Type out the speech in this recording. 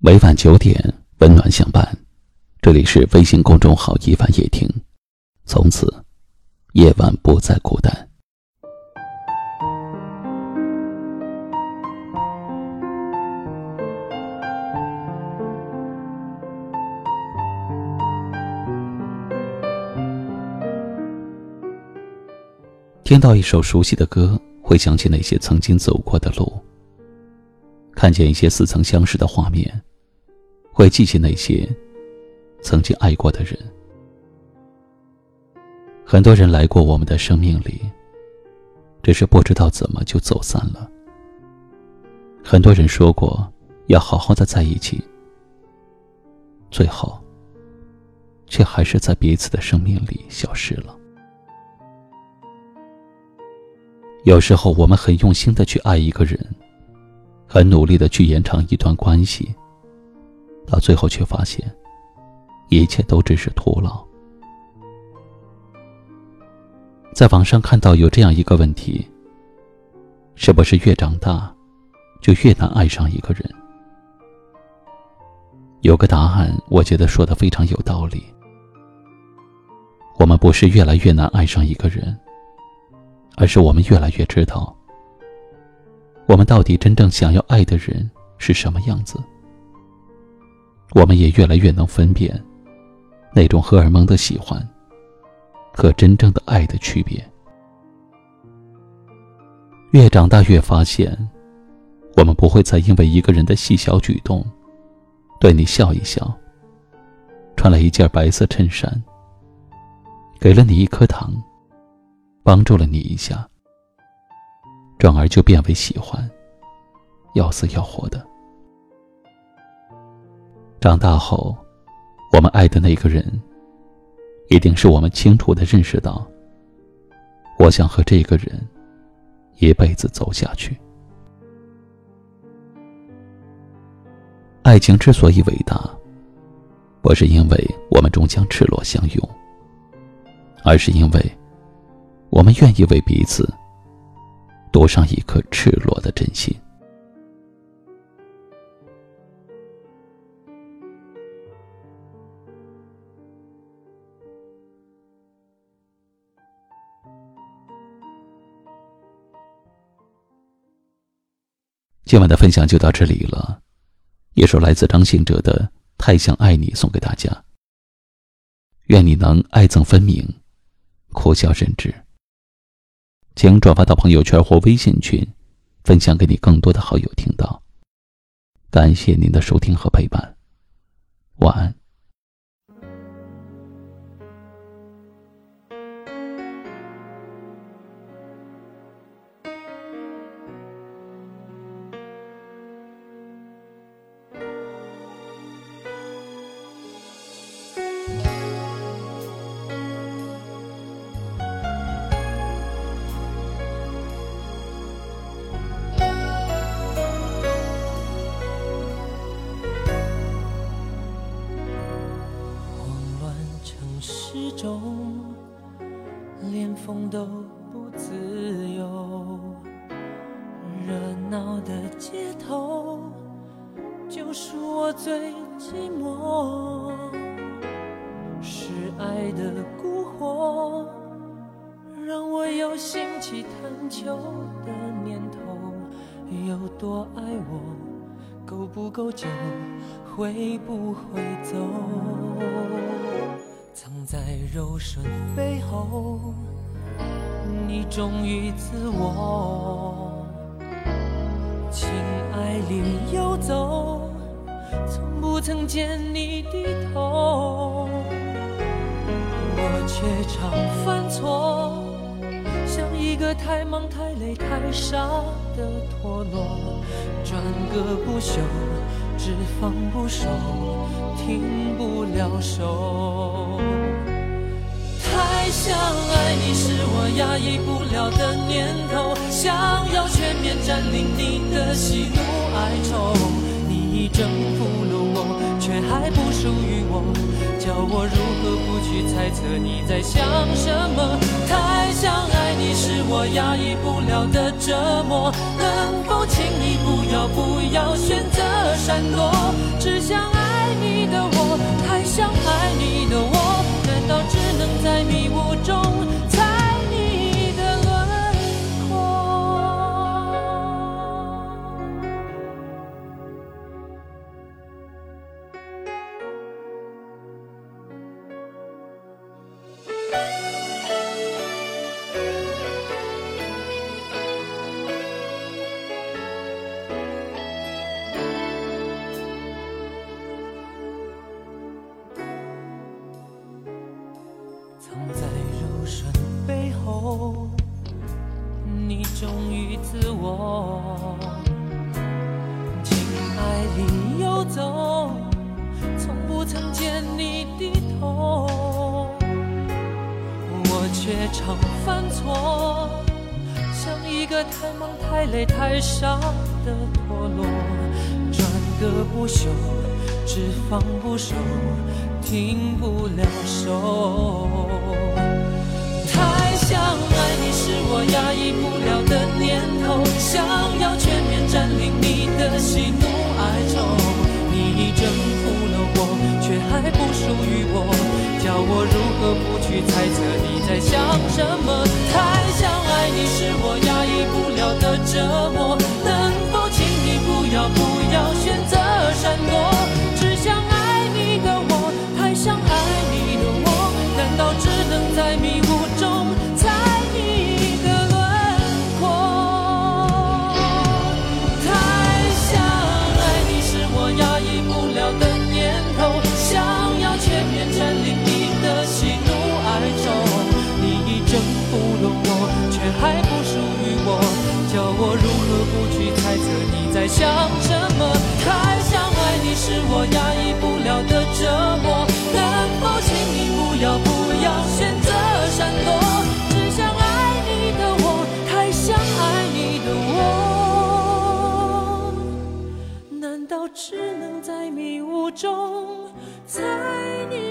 每晚9点，温暖相伴。这里是微信公众号一晚夜听，从此夜晚不再孤单。听到一首熟悉的歌，会想起那些曾经走过的路，看见一些似曾相识的画面，会记起那些曾经爱过的人。很多人来过我们的生命里，只是不知道怎么就走散了。很多人说过要好好的在一起，最后却还是在彼此的生命里消失了。有时候我们很用心的去爱一个人，很努力的去延长一段关系，到最后却发现一切都只是徒劳。在网上看到有这样一个问题，是不是越长大就越难爱上一个人？有个答案我觉得说得非常有道理。我们不是越来越难爱上一个人，而是我们越来越知道我们到底真正想要爱的人是什么样子。我们也越来越能分辨那种荷尔蒙的喜欢和真正的爱的区别。越长大越发现，我们不会再因为一个人的细小举动，对你笑一笑，穿了一件白色衬衫，给了你一颗糖，帮助了你一下，转而就变为喜欢，要死要活的。长大后，我们爱的那个人，一定是我们清楚地认识到，我想和这个人一辈子走下去。爱情之所以伟大，不是因为我们终将赤裸相拥，而是因为我们愿意为彼此多上一颗赤裸的真心。今晚的分享就到这里了，一首来自张信哲的《太想爱你》送给大家。愿你能爱憎分明，哭笑认知。请转发到朋友圈或微信群，分享给你更多的好友听到。感谢您的收听和陪伴，晚安。 始终连风都不自由，热闹的街头就属我最寂寞，是爱的蛊惑让我有兴起探求的念头，有多爱我，够不够久，会不会走，藏在柔顺背后，你忠于自我，情爱里游走，从不曾见你低头，我却常犯错，像一个太忙太累太傻的陀螺，转个不休，只放不收，停不了手。太想爱你是我压抑不了的念头，想要全面占领你的喜怒哀愁，你已征服了我，却还不属于我，叫我如何不去猜测你在想什么。太想爱你是我压抑不了的折磨，能否请你不要选择闪躲，只我，情爱里游走，从不曾见你低头，我却常犯错，像一个太忙太累太傻的陀螺，转个不休，只放不收，停不了手。太想爱你是我压抑不了的念头，想要全面占领你的喜怒哀愁，你已征服了我，却还不属于我，叫我如何不去猜测你在想什么。太想爱你是我压抑不了的折磨，能否请你不要选择闪躲，只想爱你的我，太想爱你的我，难道只能在迷雾中猜你的轮廓。太想爱你是我压抑不了的念头，想要全面占领你的喜怒哀愁，你已征服了我，却还不属于我，叫我如何不去猜测你在想什么。太想爱你是我压抑不了的折磨，能否请你不要选择闪躲，只想爱你的我，太想爱你的我，难道只能在迷雾中猜你